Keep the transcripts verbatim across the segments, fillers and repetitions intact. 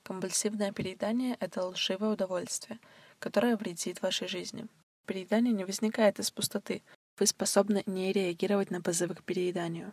Компульсивное переедание — это лживое удовольствие, которое вредит вашей жизни. Переедание не возникает из пустоты. Вы способны не реагировать на позывы к перееданию.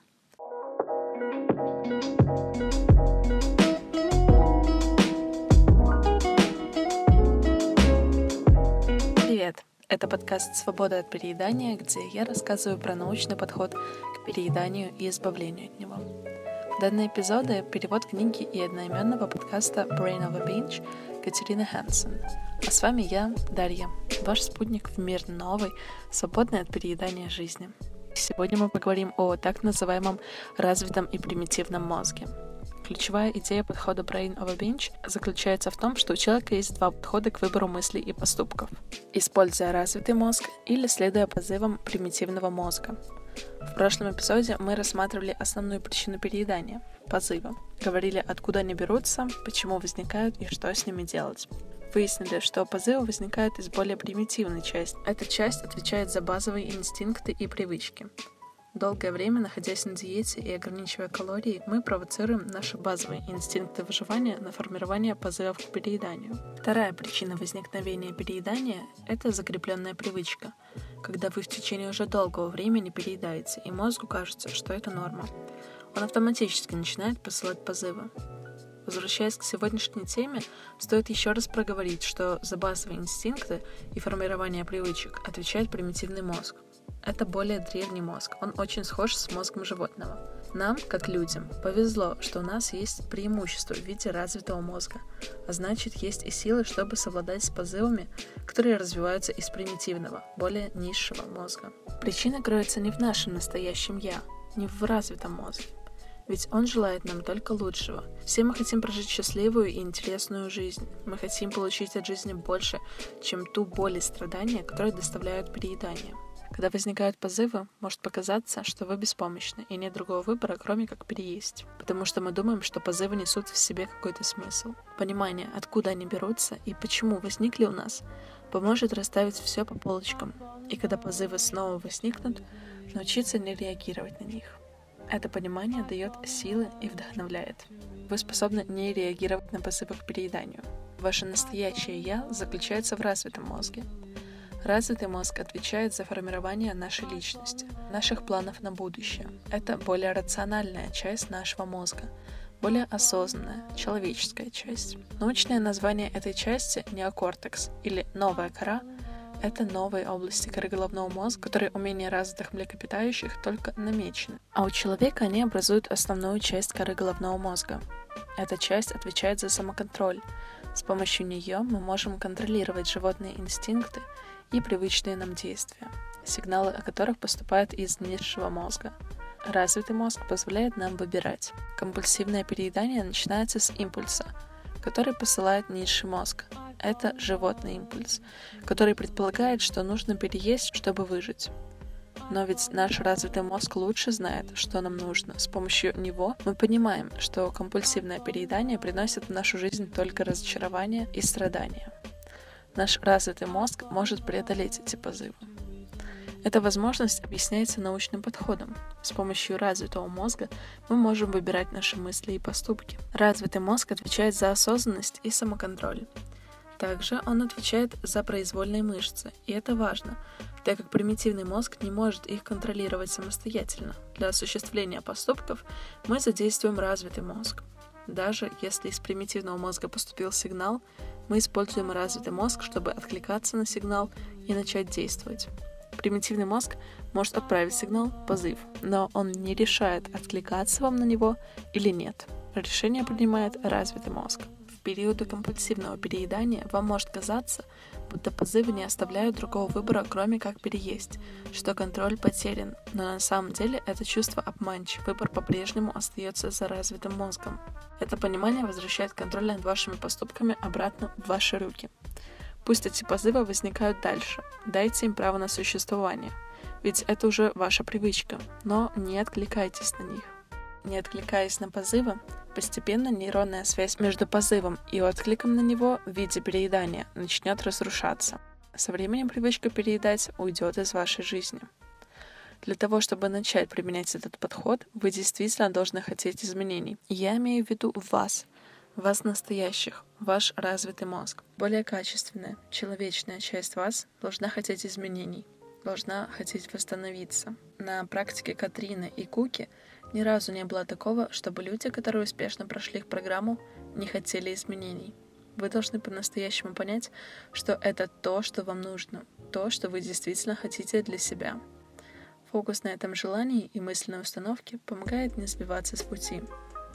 Привет! Это подкаст «Свобода от переедания», где я рассказываю про научный подход к перееданию и избавлению от него. Данные эпизоды — перевод книги и одноименного подкаста «Brain of a Binge» Катерины Хэнсон. А с вами я, Дарья, ваш спутник в мир новой, свободной от переедания жизни. Сегодня мы поговорим о так называемом развитом и примитивном мозге. Ключевая идея подхода Brain of a Binge заключается в том, что у человека есть два подхода к выбору мыслей и поступков, используя развитый мозг или следуя позывам примитивного мозга. В прошлом эпизоде мы рассматривали основную причину переедания – позывы. Говорили, откуда они берутся, почему возникают и что с ними делать. Выяснили, что позывы возникают из более примитивной части. Эта часть отвечает за базовые инстинкты и привычки. Долгое время, находясь на диете и ограничивая калории, мы провоцируем наши базовые инстинкты выживания на формирование позывов к перееданию. Вторая причина возникновения переедания – это закрепленная привычка, когда вы в течение уже долгого времени переедаете, и мозгу кажется, что это норма. Он автоматически начинает посылать позывы. Возвращаясь к сегодняшней теме, стоит еще раз проговорить, что за базовые инстинкты и формирование привычек отвечает примитивный мозг. Это более древний мозг, он очень схож с мозгом животного. Нам, как людям, повезло, что у нас есть преимущество в виде развитого мозга, а значит, есть и силы, чтобы совладать с позывами, которые развиваются из примитивного, более низшего мозга. Причина кроется не в нашем настоящем «я», не в развитом мозге. Ведь он желает нам только лучшего. Все мы хотим прожить счастливую и интересную жизнь. Мы хотим получить от жизни больше, чем ту боль и страдания, которые доставляют переедание. Когда возникают позывы, может показаться, что вы беспомощны, и нет другого выбора, кроме как переесть. Потому что мы думаем, что позывы несут в себе какой-то смысл. Понимание, откуда они берутся и почему возникли у нас, поможет расставить все по полочкам. И когда позывы снова возникнут, научиться не реагировать на них. Это понимание дает силы и вдохновляет. Вы способны не реагировать на позывы к перееданию. Ваше настоящее «я» заключается в развитом мозге. Развитый мозг отвечает за формирование нашей личности, наших планов на будущее. Это более рациональная часть нашего мозга, более осознанная, человеческая часть. Научное название этой части — неокортекс или новая кора. Это новые области коры головного мозга, которые у менее развитых млекопитающих только намечены. А у человека они образуют основную часть коры головного мозга. Эта часть отвечает за самоконтроль. С помощью нее мы можем контролировать животные инстинкты и привычные нам действия, сигналы о которых поступают из низшего мозга. Развитый мозг позволяет нам выбирать. Компульсивное переедание начинается с импульса, который посылает низший мозг. Это животный импульс, который предполагает, что нужно переесть, чтобы выжить. Но ведь наш развитый мозг лучше знает, что нам нужно. С помощью него мы понимаем, что компульсивное переедание приносит в нашу жизнь только разочарование и страдания. Наш развитый мозг может преодолеть эти позывы. Эта возможность объясняется научным подходом. С помощью развитого мозга мы можем выбирать наши мысли и поступки. Развитый мозг отвечает за осознанность и самоконтроль. Также он отвечает за произвольные мышцы, и это важно, так как примитивный мозг не может их контролировать самостоятельно. Для осуществления поступков мы задействуем развитый мозг. Даже если из примитивного мозга поступил сигнал, мы используем развитый мозг, чтобы откликаться на сигнал и начать действовать. Примитивный мозг может отправить сигнал «позыв», но он не решает, откликаться вам на него или нет. Решение принимает развитый мозг. В периоды компульсивного переедания вам может казаться, будто позывы не оставляют другого выбора, кроме как переесть, что контроль потерян, но на самом деле это чувство обманчив, выбор по-прежнему остается за развитым мозгом. Это понимание возвращает контроль над вашими поступками обратно в ваши руки. Пусть эти позывы возникают дальше, дайте им право на существование, ведь это уже ваша привычка, но не откликайтесь на них. Не откликаясь на позывы, постепенно нейронная связь между позывом и откликом на него в виде переедания начнет разрушаться. Со временем привычка переедать уйдет из вашей жизни. Для того, чтобы начать применять этот подход, вы действительно должны хотеть изменений. Я имею в виду вас. Вас настоящих, ваш развитый мозг. Более качественная, человечная часть вас должна хотеть изменений, должна хотеть восстановиться. На практике Катрины и Куки ни разу не было такого, чтобы люди, которые успешно прошли их программу, не хотели изменений. Вы должны по-настоящему понять, что это то, что вам нужно, то, что вы действительно хотите для себя. Фокус на этом желании и мысленной установке помогает не сбиваться с пути.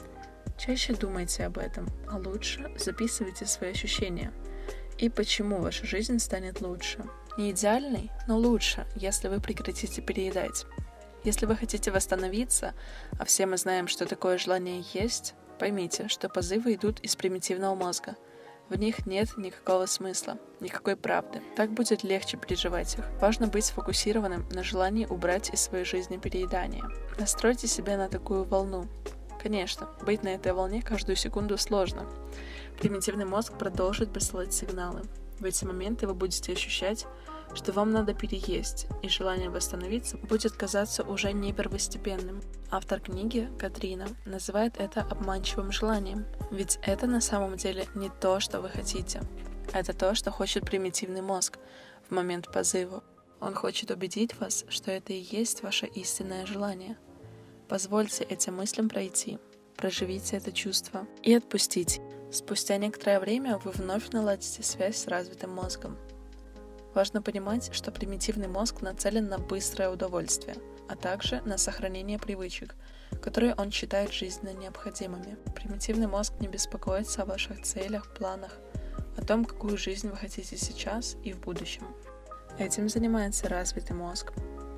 Чаще думайте об этом, а лучше записывайте свои ощущения и почему ваша жизнь станет лучше. Не идеальной, но лучше, если вы прекратите переедать. Если вы хотите восстановиться, а все мы знаем, что такое желание есть, поймите, что позывы идут из примитивного мозга. В них нет никакого смысла, никакой правды. Так будет легче переживать их. Важно быть сфокусированным на желании убрать из своей жизни переедание. Настройте себя на такую волну. Конечно, быть на этой волне каждую секунду сложно. Примитивный мозг продолжит присылать сигналы. В эти моменты вы будете ощущать, что вам надо переесть, и желание восстановиться будет казаться уже не первостепенным. Автор книги, Катрина, называет это обманчивым желанием, ведь это на самом деле не то, что вы хотите. Это то, что хочет примитивный мозг в момент позыва. Он хочет убедить вас, что это и есть ваше истинное желание. Позвольте этим мыслям пройти, проживите это чувство и отпустите. Спустя некоторое время вы вновь наладите связь с развитым мозгом. Важно понимать, что примитивный мозг нацелен на быстрое удовольствие, а также на сохранение привычек, которые он считает жизненно необходимыми. Примитивный мозг не беспокоится о ваших целях, планах, о том, какую жизнь вы хотите сейчас и в будущем. Этим занимается развитый мозг.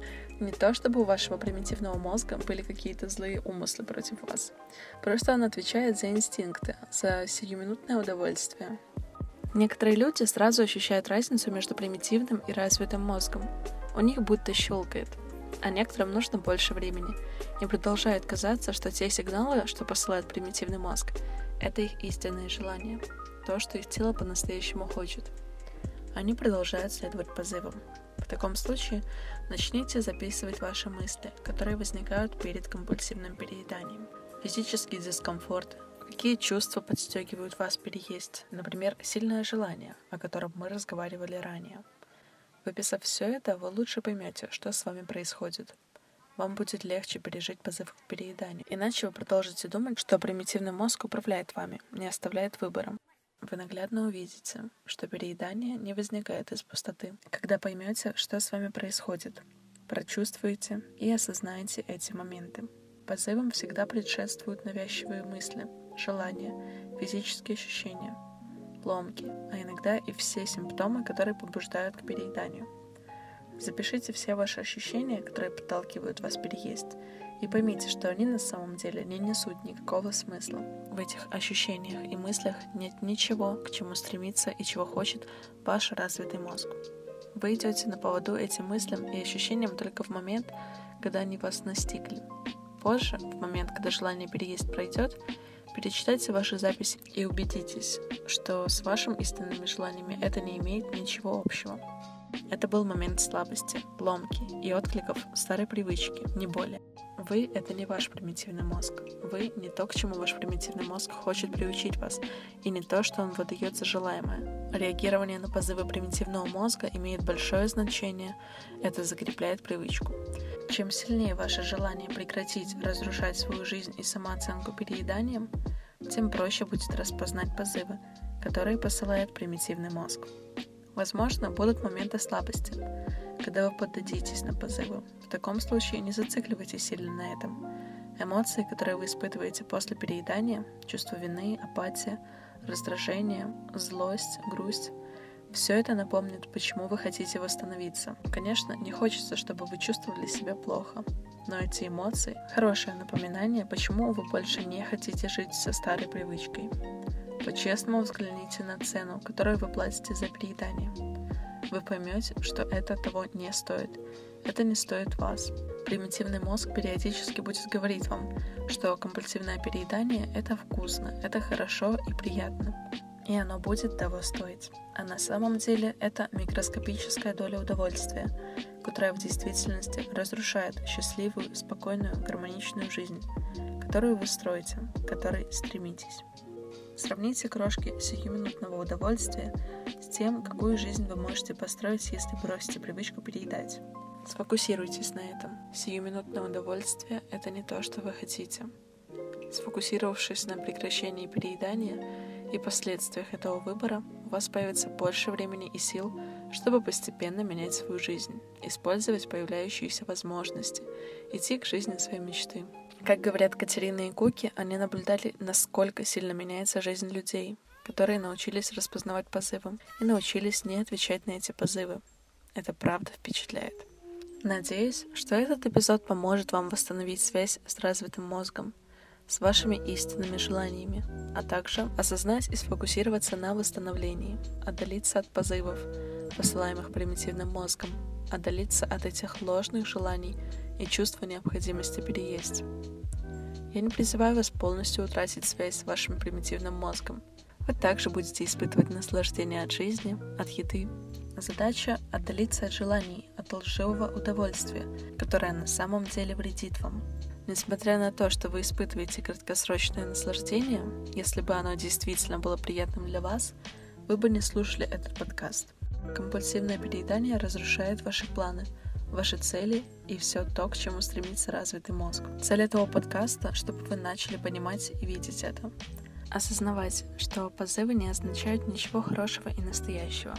Не то чтобы у вашего примитивного мозга были какие-то злые умыслы против вас. Просто он отвечает за инстинкты, за сиюминутное удовольствие. Некоторые люди сразу ощущают разницу между примитивным и развитым мозгом. У них будто щелкает. А некоторым нужно больше времени. И продолжает казаться, что те сигналы, что посылает примитивный мозг, это их истинные желания. То, что их тело по-настоящему хочет. Они продолжают следовать позывам. В таком случае начните записывать ваши мысли, которые возникают перед компульсивным перееданием. Физический дискомфорт, какие чувства подстегивают вас переесть, например, сильное желание, о котором мы разговаривали ранее. Выписав все это, вы лучше поймете, что с вами происходит. Вам будет легче пережить позыв к перееданию, иначе вы продолжите думать, что примитивный мозг управляет вами, не оставляет выбора. Вы наглядно увидите, что переедание не возникает из пустоты. Когда поймете, что с вами происходит, прочувствуете и осознаете эти моменты. Позывам всегда предшествуют навязчивые мысли, желания, физические ощущения, ломки, а иногда и все симптомы, которые побуждают к перееданию. Запишите все ваши ощущения, которые подталкивают вас переесть, и поймите, что они на самом деле не несут никакого смысла. В этих ощущениях и мыслях нет ничего, к чему стремится и чего хочет ваш развитый мозг. Вы идете на поводу этим мыслям и ощущениям только в момент, когда они вас настигли. Позже, в момент, когда желание переесть пройдет, перечитайте ваши записи и убедитесь, что с вашими истинными желаниями это не имеет ничего общего. Это был момент слабости, ломки и откликов старой привычки, не более. Вы — это не ваш примитивный мозг. Вы — не то, к чему ваш примитивный мозг хочет приучить вас, и не то, что он выдает за желаемое. Реагирование на позывы примитивного мозга имеет большое значение, это закрепляет привычку. Чем сильнее ваше желание прекратить разрушать свою жизнь и самооценку перееданием, тем проще будет распознать позывы, которые посылает примитивный мозг. Возможно, будут моменты слабости, когда вы поддадитесь на позывы. В таком случае не зацикливайтесь сильно на этом. Эмоции, которые вы испытываете после переедания, чувство вины, апатия, раздражение, злость, грусть, все это напомнит, почему вы хотите восстановиться. Конечно, не хочется, чтобы вы чувствовали себя плохо, но эти эмоции — хорошее напоминание, почему вы больше не хотите жить со старой привычкой. По-честному взгляните на цену, которую вы платите за переедание. Вы поймете, что это того не стоит. Это не стоит вас. Примитивный мозг периодически будет говорить вам, что компульсивное переедание — это вкусно, это хорошо и приятно. И оно будет того стоить. А на самом деле это микроскопическая доля удовольствия, которая в действительности разрушает счастливую, спокойную, гармоничную жизнь, которую вы строите, к которой стремитесь. Сравните крошки сиюминутного удовольствия с тем, какую жизнь вы можете построить, если бросите привычку переедать. Сфокусируйтесь на этом. Сиюминутное удовольствие — это не то, что вы хотите. Сфокусировавшись на прекращении переедания и последствиях этого выбора, у вас появится больше времени и сил, чтобы постепенно менять свою жизнь, использовать появляющиеся возможности, идти к жизни своей мечты. Как говорят Катерина и Куки, они наблюдали, насколько сильно меняется жизнь людей, которые научились распознавать позывы и научились не отвечать на эти позывы. Это правда впечатляет. Надеюсь, что этот эпизод поможет вам восстановить связь с развитым мозгом, с вашими истинными желаниями, а также осознать и сфокусироваться на восстановлении, отдалиться от позывов, посылаемых примитивным мозгом, отдалиться от этих ложных желаний и чувства необходимости переесть. Я не призываю вас полностью утратить связь с вашим примитивным мозгом. Вы также будете испытывать наслаждение от жизни, от еды. Задача — отдалиться от желаний, от лживого удовольствия, которое на самом деле вредит вам. Несмотря на то, что вы испытываете краткосрочное наслаждение, если бы оно действительно было приятным для вас, вы бы не слушали этот подкаст. Компульсивное переедание разрушает ваши планы, ваши цели и все то, к чему стремится развитый мозг. Цель этого подкаста — чтобы вы начали понимать и видеть это. Осознавать, что позывы не означают ничего хорошего и настоящего.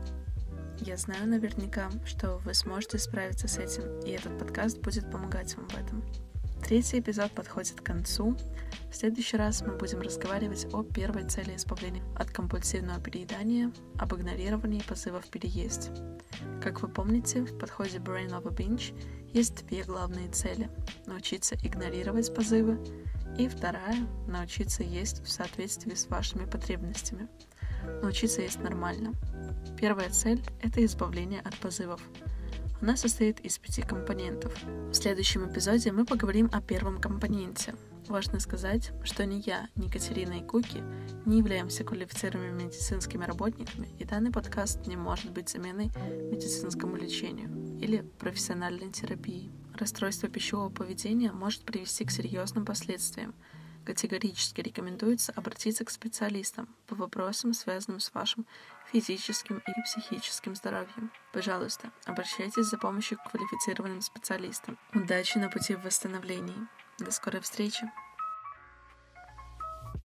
Я знаю наверняка, что вы сможете справиться с этим, и этот подкаст будет помогать вам в этом. Третий эпизод подходит к концу. В следующий раз мы будем разговаривать о первой цели избавления от компульсивного переедания, об игнорировании позывов переесть. Как вы помните, в подходе Brain Over Binge есть две главные цели — научиться игнорировать позывы, и вторая — научиться есть в соответствии с вашими потребностями. Научиться есть нормально. Первая цель — это избавление от позывов. Она состоит из пяти компонентов. В следующем эпизоде мы поговорим о первом компоненте. Важно сказать, что ни я, ни Катерина и Куки не являемся квалифицированными медицинскими работниками, и данный подкаст не может быть заменой медицинскому лечению или профессиональной терапии. Расстройство пищевого поведения может привести к серьезным последствиям. Категорически рекомендуется обратиться к специалистам по вопросам, связанным с вашим физическим и психическим здоровьем. Пожалуйста, обращайтесь за помощью к квалифицированным специалистам. Удачи на пути в восстановлении. До скорой встречи!